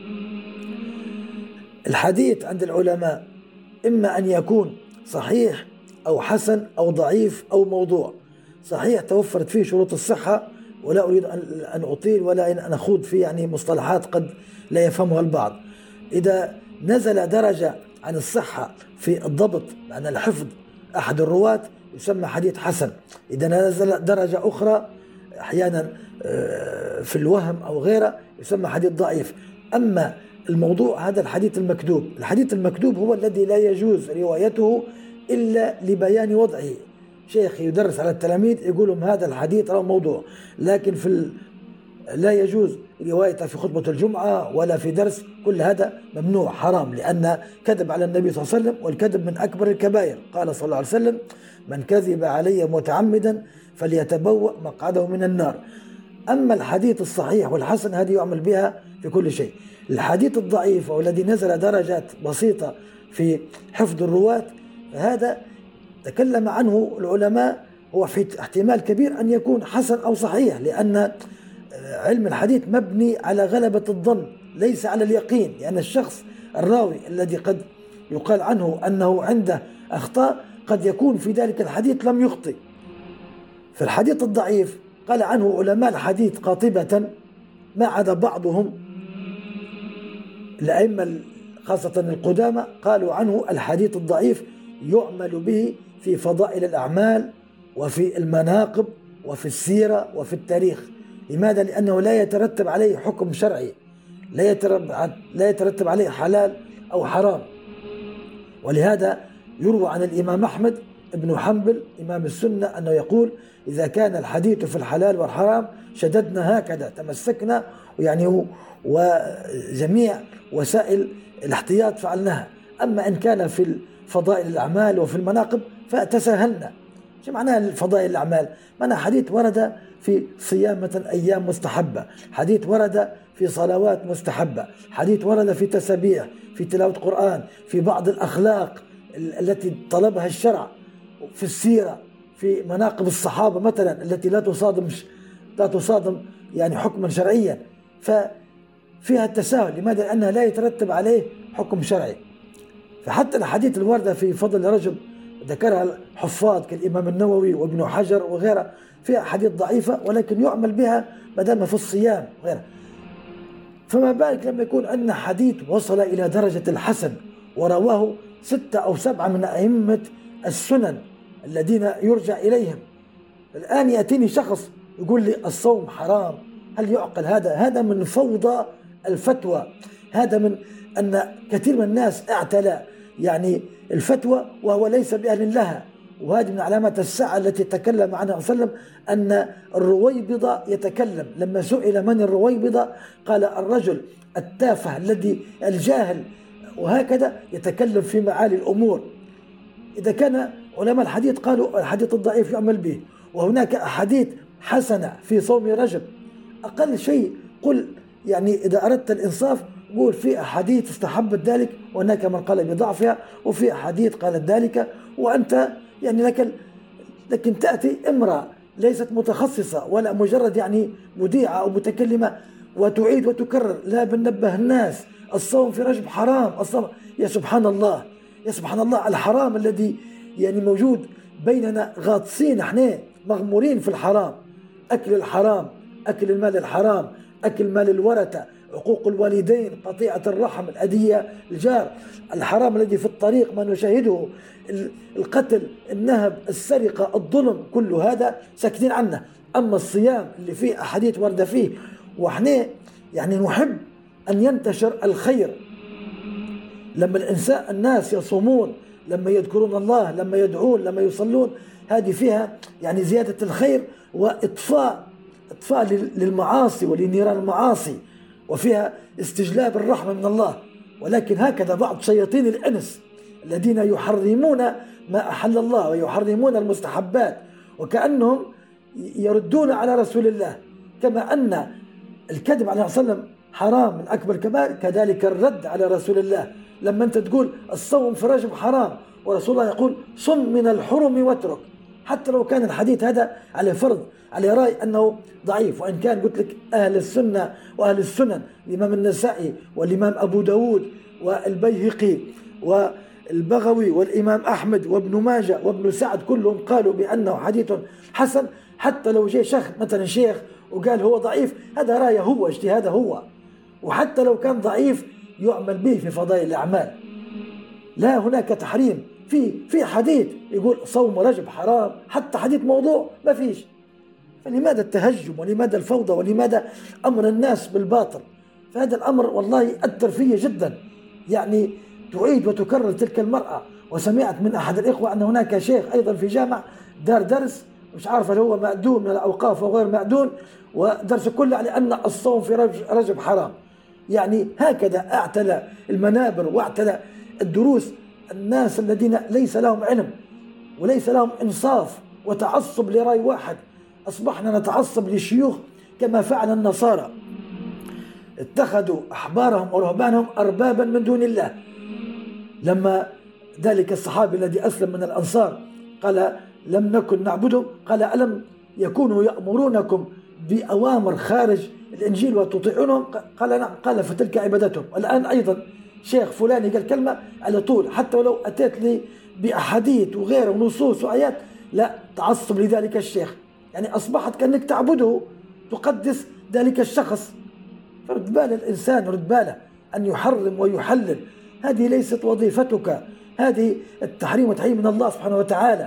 الحديث عند العلماء إما أن يكون صحيح أو حسن أو ضعيف أو موضوع. صحيح توفرت فيه شروط الصحة، ولا أريد أن أطيل ولا أن أخوض فيه يعني مصطلحات قد لا يفهمها البعض. إذا نزل درجة عن الصحة في الضبط معنى الحفظ أحد الرواة يسمى حديث حسن. إذا نزل درجة أخرى أحيانا في الوهم أو غيره يسمى حديث ضعيف. أما الموضوع هذا الحديث المكذوب، الحديث المكذوب هو الذي لا يجوز روايته إلا لبيان وضعه. شيخ يدرس على التلاميذ يقول لهم هذا الحديث رواه موضوع، لكن لا يجوز روايته في خطبة الجمعة ولا في درس، كل هذا ممنوع حرام، لأن كذب على النبي صلى الله عليه وسلم، والكذب من أكبر الكبائر. قال صلى الله عليه وسلم: من كذب علي متعمدا فليتبوأ مقعده من النار. أما الحديث الصحيح والحسن هذه يعمل بها في كل شيء. الحديث الضعيف والذي نزل درجات بسيطة في حفظ الرواة هذا تكلم عنه العلماء هو في احتمال كبير أن يكون حسن أو صحيح، لأن علم الحديث مبني على غلبة الظن ليس على اليقين، لأن الشخص الراوي الذي قد يقال عنه أنه عنده أخطاء قد يكون في ذلك الحديث لم يخطئ. فالحديث الضعيف قال عنه علماء الحديث قاطبة ما عدا بعضهم الأئمة خاصة القدامى قالوا عنه الحديث الضعيف يعمل به في فضائل الأعمال وفي المناقب وفي السيرة وفي التاريخ. لماذا؟ لأنه لا يترتب عليه حكم شرعي، لا يترتب عليه حلال أو حرام. ولهذا يروى عن الإمام أحمد بن حنبل إمام السنة أنه يقول: إذا كان الحديث في الحلال والحرام شددنا هكذا، تمسكنا يعني وجميع وسائل الاحتياط فعلناها. أما إن كان في فضائل الأعمال وفي المناقب فتساهلنا. شو معنى فضائل الأعمال؟ معنى حديث ورد في صيامة أيام مستحبة، حديث ورد في صلوات مستحبة، حديث ورد في تسبيح، في تلاوة قرآن، في بعض الأخلاق التي طلبها الشرع، في السيرة، في مناقب الصحابة مثلا التي لا تصادم يعني حكما شرعيا، ففيها التساهل. لماذا؟ لأنها لا يترتب عليه حكم شرعي. فحتى الحديث الواردة في فضل رجب ذكرها الحفاظ كالإمام النووي وابن حجر وغيره، فيها حديث ضعيفة ولكن يعمل بها ما دام في الصيام وغيره. فما بالك لما يكون أن حديث وصل إلى درجة الحسن ورواه 6 أو 7 من أئمة السنن الذين يرجع إليهم. الآن يأتيني شخص يقول لي الصوم حرام، هل يعقل هذا؟ هذا من فوضى الفتوى، هذا من أن كثير من الناس اعتلى يعني الفتوى وهو ليس بأهل لها. وهذه من علامات الساعة التي تكلم عنها صلى الله عليه وسلم، أن الرويبضة يتكلم. لما سئل من الرويبضة قال: الرجل التافه الذي الجاهل، وهكذا يتكلم في معالي الأمور. إذا كان علماء الحديث قالوا الحديث الضعيف يعمل به، وهناك أحاديث حسنة في صوم رجب، أقل شيء قل يعني إذا أردت الإنصاف قول في أحاديث استحبت ذلك وهناك من قال بضعفها، وفي أحاديث قالت ذلك، وأنت يعني لكن تأتي امرأة ليست متخصصة ولا مجرد يعني مذيعة أو متكلمة وتعيد وتكرر: لا بننبه الناس الصوم في رجب حرام، الصوم. يا سبحان الله، يا سبحان الله، الحرام الذي يعني موجود بيننا، غاطسين احنا مغمورين في الحرام، أكل الحرام، أكل المال الحرام، أكل مال الورثة، عقوق الوالدين، قطيعة الرحم، الأذية الجار، الحرام الذي في الطريق ما نشاهده، القتل، النهب، السرقة، الظلم، كل هذا ساكتين عنه. أما الصيام اللي فيه أحاديث وردة فيه، وإحنا يعني نحب أن ينتشر الخير. لما الناس يصومون، لما يذكرون الله، لما يدعون، لما يصلون، هذه فيها يعني زيادة الخير وإطفاء للمعاصي ولنيران المعاصي، وفيها استجلاب الرحمة من الله. ولكن هكذا بعض شياطين الإنس الذين يحرمون ما أحل الله ويحرمون المستحبات، وكأنهم يردون على رسول الله. كما أن الكذب عليه الصلاة والسلام حرام من أكبر الكبائر، كذلك الرد على رسول الله. لما أنت تقول الصوم في رجب حرام ورسول الله يقول صم من الحرم واترك، حتى لو كان الحديث هذا على فرض، على رأي أنه ضعيف، وإن كان قلت لك أهل السنة وأهل السنن الإمام النسائي والإمام أبو داود والبيهقي والبغوي والإمام أحمد وابن ماجه وابن سعد كلهم قالوا بأنه حديث حسن. حتى لو جاء شيخ مثلا شيخ وقال هو ضعيف، هذا رأيه هو، اجتهاده هو. وحتى لو كان ضعيف يعمل به في فضائل الأعمال، لا هناك تحريم. في حديث يقول صوم رجب حرام، حتى حديث موضوع ما فيش. فلماذا التهجم ولماذا الفوضى ولماذا أمر الناس بالباطل؟ فهذا الأمر والله يأثر فيه جدا. يعني تعيد وتكرر تلك المرأة. وسمعت من أحد الإخوة أن هناك شيخ أيضا في جامع دار درس، مش عارف هل هو مأدون من الأوقاف أو غير مأدون، ودرس كله على أن الصوم في رجب حرام. يعني هكذا اعتلى المنابر واعتلى الدروس الناس الذين ليس لهم علم وليس لهم إنصاف وتعصب لرأي واحد. أصبحنا نتعصب للشيوخ كما فعل النصارى، اتخذوا أحبارهم ورهبانهم أربابا من دون الله. لما ذلك الصحابي الذي أسلم من الأنصار قال لم نكن نعبدهم، قال ألم يكونوا يأمرونكم بأوامر خارج الإنجيل وتطيعونهم؟ قال نعم. قال فتلك عبادتهم. والآن أيضا شيخ فلاني قال كلمة على طول، حتى ولو أتيت لي بأحاديث وغيره ونصوص وآيات، لا تعصب لذلك الشيخ. يعني أصبحت كأنك تعبده، تقدس ذلك الشخص. فرد بال الإنسان، رد باله أن يحرم ويحلل هذه ليست وظيفتك، هذه التحريم وتحريم من الله سبحانه وتعالى.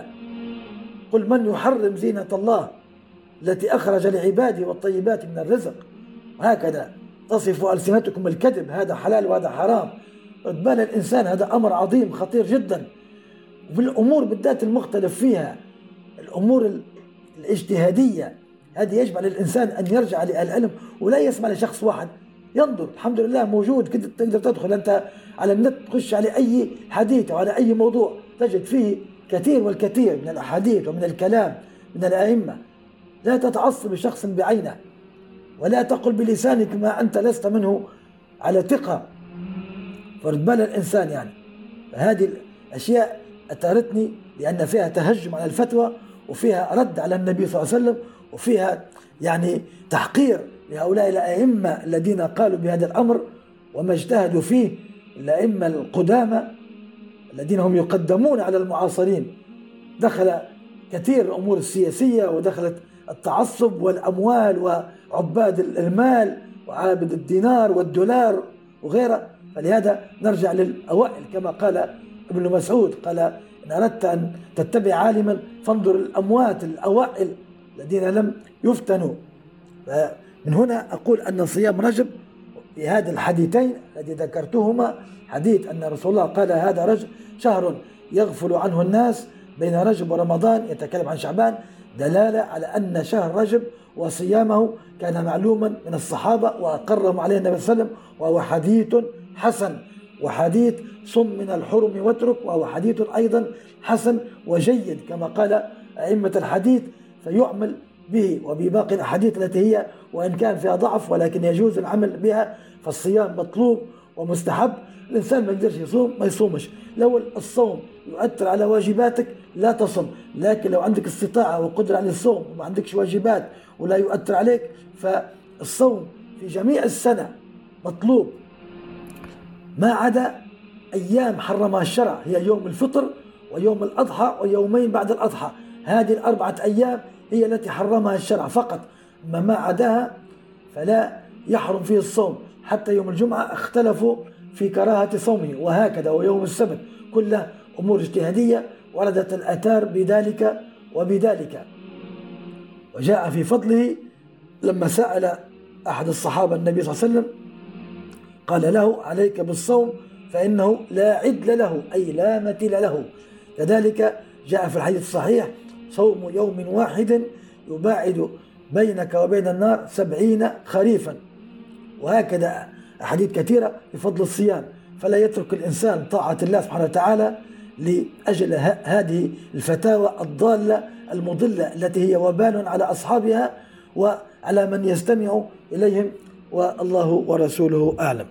قل من يحرم زينة الله التي أخرج لعباده والطيبات من الرزق، وهكذا تصف ألسنتكم الكذب، هذا حلال وهذا حرام. رد بال الإنسان، هذا أمر عظيم خطير جدا. وفي الأمور بالذات المختلف فيها، الأمور الاجتهادية، هذه يجب على الإنسان أن يرجع للعلم ولا يسمع لشخص واحد. ينظر، الحمد لله موجود، كنت تقدر تدخل أنت على النت، تخش على أي حديث أو على أي موضوع تجد فيه كثير والكثير من الأحاديث ومن الكلام من الأئمة. لا تتعصب لشخص بعينه، ولا تقل بلسانك ما أنت لست منه على ثقة. فرد بال الإنسان يعني. فهذه الأشياء أثارتني لأن فيها تهجم على الفتوى، وفيها رد على النبي صلى الله عليه وسلم، وفيها يعني تحقير لهؤلاء الأئمة الذين قالوا بهذا الأمر وما اجتهدوا فيه، الأئمة القدامى الذين هم يقدمون على المعاصرين. دخل كثير الأمور السياسية، ودخلت التعصب والأموال وعباد المال وعابد الدينار والدولار وغيره. فلهذا نرجع للأوائل كما قال ابن مسعود، قال إن أردت أن تتبع عالما فانظر الأموات الأوائل الذين لم يفتنوا. من هنا أقول أن صيام رجب بهذا الحديثين الذي ذكرتهما، حديث أن رسول الله قال هذا رجب شهر يغفل عنه الناس بين رجب ورمضان، يتكلم عن شعبان، دلالة على أن شهر رجب وصيامه كان معلوما من الصحابة وأقرهم عليه النبي صلى الله عليه وسلم، وهو حديث حسن. وحديث صم من الحرم واترك، وهو حديث أيضا حسن وجيد كما قال أئمة الحديث، فيعمل به وبباقي الأحاديث التي هي وإن كان فيها ضعف ولكن يجوز العمل بها. فالصيام مطلوب ومستحب. الإنسان ما يقدرش يصوم ما يصومش. لو الصوم يؤثر على واجباتك لا تصم، لكن لو عندك استطاعة وقدرة على الصوم وما عندكش واجبات ولا يؤثر عليك، فالصوم في جميع السنة مطلوب، ما عدا أيام حرمها الشرع، هي يوم الفطر ويوم الأضحى ويومين بعد الأضحى. هذه الأربعة أيام هي التي حرمها الشرع فقط، ما عداها فلا يحرم فيه الصوم. حتى يوم الجمعة اختلفوا في كراهة صومه، وهكذا ويوم السبت، كلها أمور اجتهادية وردت الآثار بذلك وبذلك. وجاء في فضله لما سأل أحد الصحابة النبي صلى الله عليه وسلم قال له عليك بالصوم فإنه لا عدل له، أي لا مثيل له. كذلك جاء في الحديث الصحيح صوم يوم واحد يباعد بينك وبين النار 70 خريفا. وهكذا أحاديث كثيرة بفضل الصيام. فلا يترك الإنسان طاعة الله سبحانه وتعالى لأجل هذه الفتاوى الضالة المضلة التي هي وبال على أصحابها وعلى من يستمع إليهم، والله ورسوله أعلم.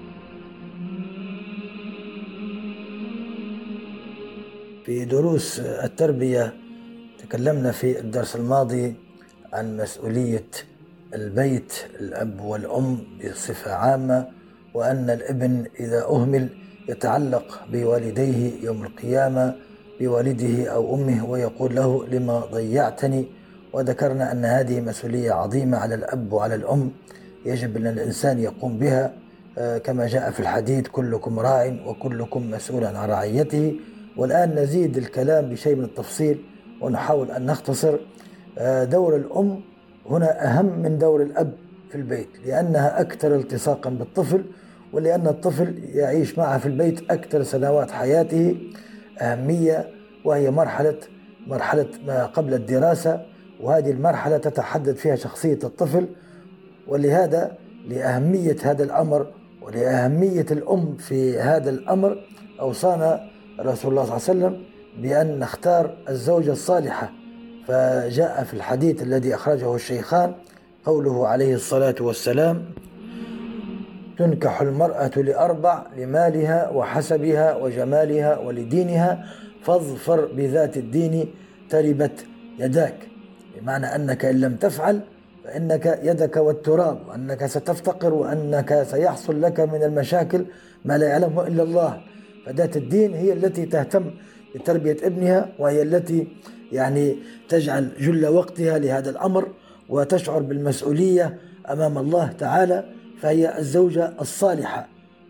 في دروس التربية تكلمنا في الدرس الماضي عن مسؤولية البيت، الأب والأم بصفة عامة، وأن الابن إذا أهمل يتعلق بوالديه يوم القيامة، بوالده أو أمه، ويقول له لما ضيعتني. وذكرنا أن هذه مسؤولية عظيمة على الأب وعلى الأم، يجب أن الإنسان يقوم بها كما جاء في الحديث كلكم راع وكلكم مسؤول عن رعيته. والآن نزيد الكلام بشيء من التفصيل ونحاول أن نختصر. دور الأم هنا أهم من دور الأب في البيت، لأنها أكثر التصاقا بالطفل، ولأن الطفل يعيش معها في البيت أكثر سنوات حياته أهمية، وهي مرحلة ما قبل الدراسة، وهذه المرحلة تتحدد فيها شخصية الطفل. ولهذا لأهمية هذا الأمر ولأهمية الأم في هذا الأمر أوصانا رسول الله صلى الله عليه وسلم بأن نختار الزوجة الصالحة. فجاء في الحديث الذي أخرجه الشيخان قوله عليه الصلاة والسلام: تنكح المرأة لأربع: لمالها وحسبها وجمالها ولدينها، فاظفر بذات الدين تربت يداك. بمعنى أنك إن لم تفعل فإنك يدك والتراب، وأنك ستفتقر، وأنك سيحصل لك من المشاكل ما لا يعلمه إلا الله. فذات الدين هي التي تهتم بتربية ابنها، وهي التي تجعل جل وقتها لهذا الأمر وتشعر بالمسؤولية أمام الله تعالى، فهي الزوجة الصالحة.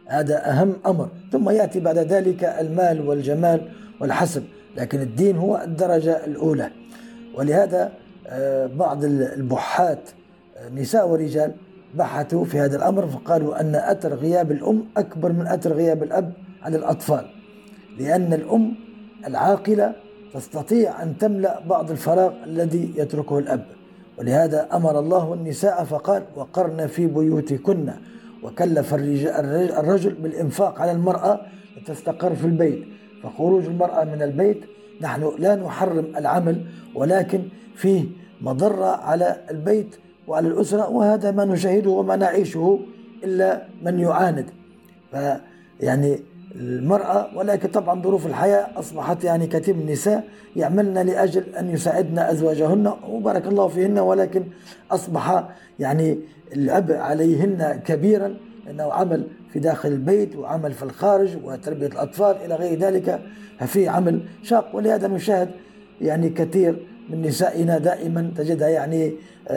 هذا أهم أمر، ثم يأتي بعد ذلك المال والجمال والحسب، لكن الدين هو الدرجة الأولى. ولهذا بعض البحات نساء ورجال بحثوا في هذا الأمر، فقالوا أن أثر غياب الأم أكبر من أثر غياب الأب على الأطفال، لأن الأم العاقلة تستطيع أن تملأ بعض الفراغ الذي يتركه الأب. ولهذا أمر الله النساء فقال: وقرن في بيوتكن، وكلف الرجل بالإنفاق على المرأة لتستقر في البيت. فخروج المرأة من البيت، نحن لا نحرم العمل، ولكن فيه مضرة على البيت وعلى الأسرة، وهذا ما نشاهده وما نعيشه إلا من يعاند. فيعني المرأة، ولكن طبعا ظروف الحياة أصبحت يعني كثير من النساء يعملن لأجل أن يساعدن أزواجهن وبارك الله فيهن، ولكن أصبح يعني العبء عليهن كبيرا، لأنه عمل في داخل البيت وعمل في الخارج وتربية الأطفال إلى غير ذلك، ففي عمل شاق. ولهذا نشاهد يعني كثير من نسائنا دائما تجدها يعني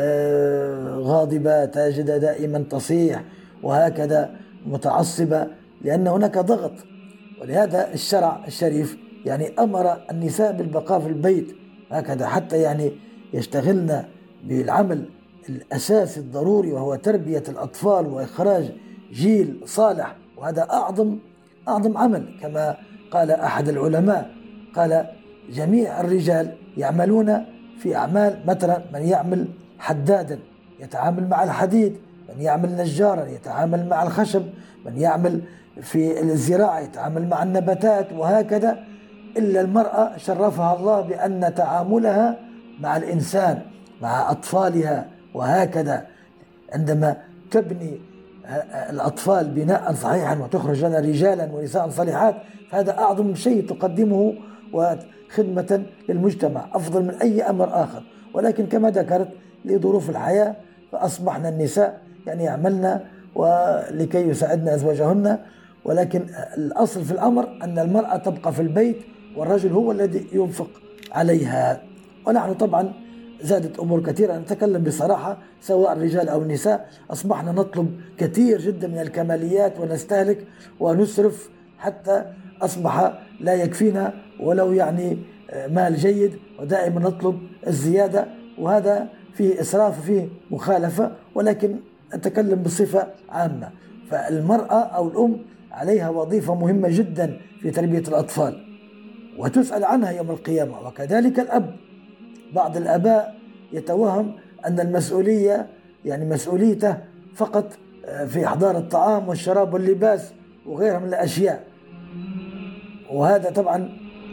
غاضبة، تجدها دائما تصيح وهكذا متعصبة، لأن هناك ضغط. ولهذا الشرع الشريف يعني أمر النساء بالبقاء في البيت هكذا، حتى يعني يشتغلن بالعمل الأساسي الضروري، وهو تربية الأطفال وإخراج جيل صالح. وهذا أعظم عمل، كما قال أحد العلماء، قال: جميع الرجال يعملون في أعمال، مثلا من يعمل حدادا يتعامل مع الحديد، من يعمل نجارا يتعامل مع الخشب، من يعمل في الزراعة يتعامل مع النباتات، وهكذا، إلا المرأة شرفها الله بأن تعاملها مع الإنسان، مع أطفالها، وهكذا عندما تبني الأطفال بناء صحيحا وتخرج لنا رجالا ونساء صالحات، فهذا أعظم شيء تقدمه وخدمة للمجتمع، أفضل من أي أمر آخر. ولكن كما ذكرت لظروف الحياة فأصبحنا النساء يعني يعملن ولكي يساعدن أزواجهن، ولكن الأصل في الأمر أن المرأة تبقى في البيت والرجل هو الذي ينفق عليها. ونحن طبعا زادت أمور كثيرة، نتكلم بصراحة، سواء الرجال أو النساء أصبحنا نطلب كثير جدا من الكماليات ونستهلك ونسرف، حتى أصبح لا يكفينا ولو يعني مال جيد، ودائما نطلب الزيادة، وهذا فيه إسراف وفيه مخالفة. ولكن أتكلم بصفة عامة، فالمرأة أو الأم عليها وظيفة مهمة جدا في تربية الأطفال وتسأل عنها يوم القيامة، وكذلك الأب. بعض الآباء يتوهم أن المسؤولية يعني مسؤوليته فقط في إحضار الطعام والشراب واللباس وغيرها من الأشياء، وهذا طبعا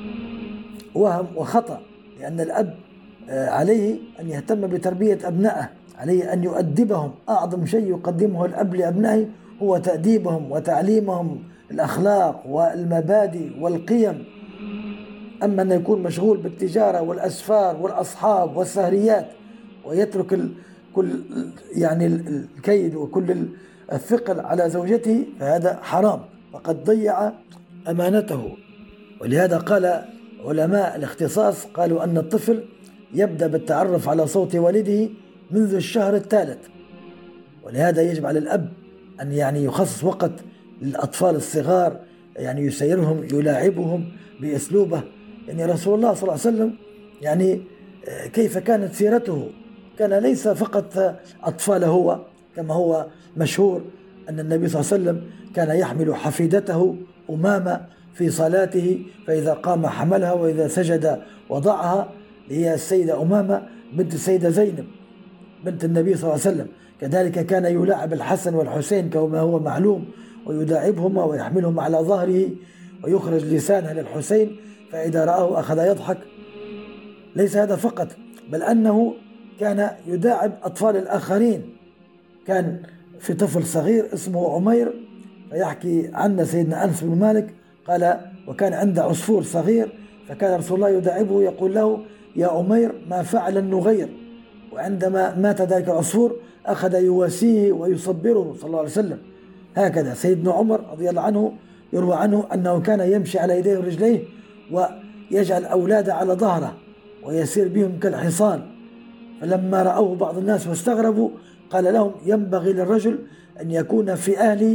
وهم وخطأ، لأن الأب عليه أن يهتم بتربية أبنائه، عليه أن يؤدبهم. أعظم شيء يقدمه الأب لأبنائه هو تأديبهم وتعليمهم الأخلاق والمبادئ والقيم. أما أن يكون مشغول بالتجارة والأسفار والأصحاب والسهريات ويترك كل يعني الكيد وكل الثقل على زوجته، فهذا حرام، فقد ضيع أمانته. ولهذا قال علماء الاختصاص، قالوا أن الطفل يبدأ بالتعرف على صوت والده منذ الشهر الثالث. ولهذا يجب على الأب أن يعني يخصص وقت للأطفال الصغار، يعني يسيرهم يلاعبهم بأسلوبه. يعني رسول الله صلى الله عليه وسلم يعني كيف كانت سيرته، كان ليس فقط أطفال هو، كما هو مشهور أن النبي صلى الله عليه وسلم كان يحمل حفيدته أمامة في صلاته، فإذا قام حملها وإذا سجد وضعها، هي السيدة أمامة بنت السيدة زينب بنت النبي صلى الله عليه وسلم. كذلك كان يلاعب الحسن والحسين كما هو معلوم، ويداعبهما ويحملهما على ظهره ويخرج لسانه للحسين، فإذا رآه أخذ يضحك. ليس هذا فقط، بل أنه كان يداعب أطفال الآخرين. كان في طفل صغير اسمه عمير، فيحكي عنا سيدنا أنس بن مالك قال: وكان عنده عصفور صغير، فكان رسول الله يداعبه يقول له: يا عمير ما فعل النغير. وعندما مات ذلك العصفور أخذ يواسيه ويصبره صلى الله عليه وسلم. هكذا سيدنا عمر رضي الله عنه يروى عنه أنه كان يمشي على يديه ورجليه ويجعل أولاده على ظهره ويسير بهم كالحصان. فلما رأوه بعض الناس واستغربوا قال لهم: ينبغي للرجل أن يكون في أهله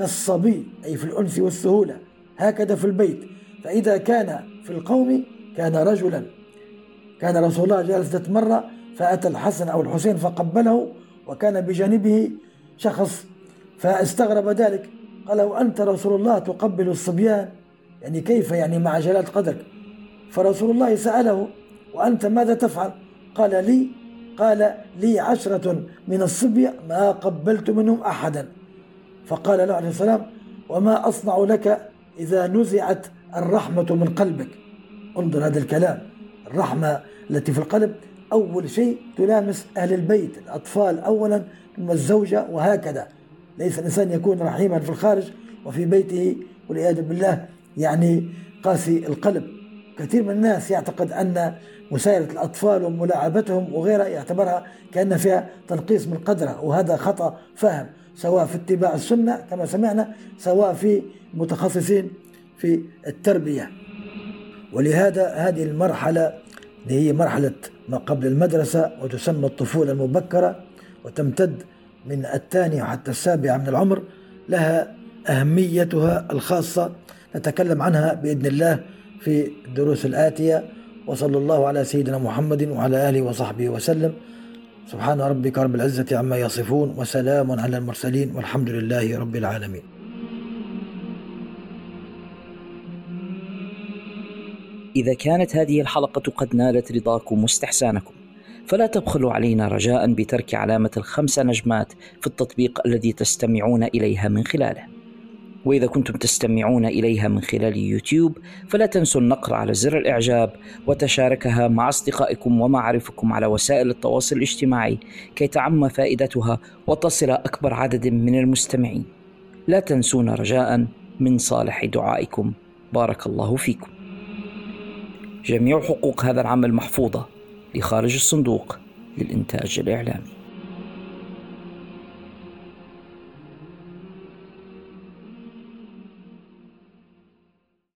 كالصبي أي في الأنس والسهولة، هكذا في البيت. فإذا كان في القوم كان رجلا. كان رسول الله جالس ذات مرة فأتى الحسن أو الحسين فقبله وكان بجانبه شخص فاستغرب ذلك، قال: وأنت رسول الله تقبل الصبيان؟ يعني كيف يعني مع جلالة قدرك؟ فرسول الله سأله: وأنت ماذا تفعل؟ قال لي 10 من الصبية ما قبلت منهم أحدا. فقال له عليه السلام: وما أصنع لك إذا نزعت الرحمة من قلبك؟ انظر هذا الكلام، الرحمة التي في القلب أول شيء تلامس أهل البيت، الأطفال أولا ثم الزوجة وهكذا. ليس الإنسان يكون رحيما في الخارج وفي بيته والعياذ بالله يعني قاسي القلب. كثير من الناس يعتقد أن مسايرة الأطفال وملاعبتهم وغيرها يعتبرها كأن فيها تنقيص من قدره، وهذا خطأ فهم، سواء في اتباع السنة كما سمعنا، سواء في متخصصين في التربية. ولهذا هذه المرحلة اللي هي مرحلة ما قبل المدرسة وتسمى الطفولة المبكرة وتمتد من 2 حتى 7 من العمر لها أهميتها الخاصة، نتكلم عنها بإذن الله في الدروس الآتية. وصلى الله على سيدنا محمد وعلى آله وصحبه وسلم. سبحان ربك رب العزة عما يصفون وسلام على المرسلين والحمد لله رب العالمين. إذا كانت هذه الحلقة قد نالت رضاكم واستحسانكم فلا تبخلوا علينا رجاء بترك علامة 5 نجمات في التطبيق الذي تستمعون إليها من خلاله. وإذا كنتم تستمعون إليها من خلال يوتيوب فلا تنسوا النقر على زر الإعجاب وتشاركها مع أصدقائكم ومعارفكم على وسائل التواصل الاجتماعي كي تعم فائدتها وتصل أكبر عدد من المستمعين. لا تنسونا رجاء من صالح دعائكم. بارك الله فيكم. جميع حقوق هذا العمل محفوظة لخارج الصندوق للإنتاج الإعلامي.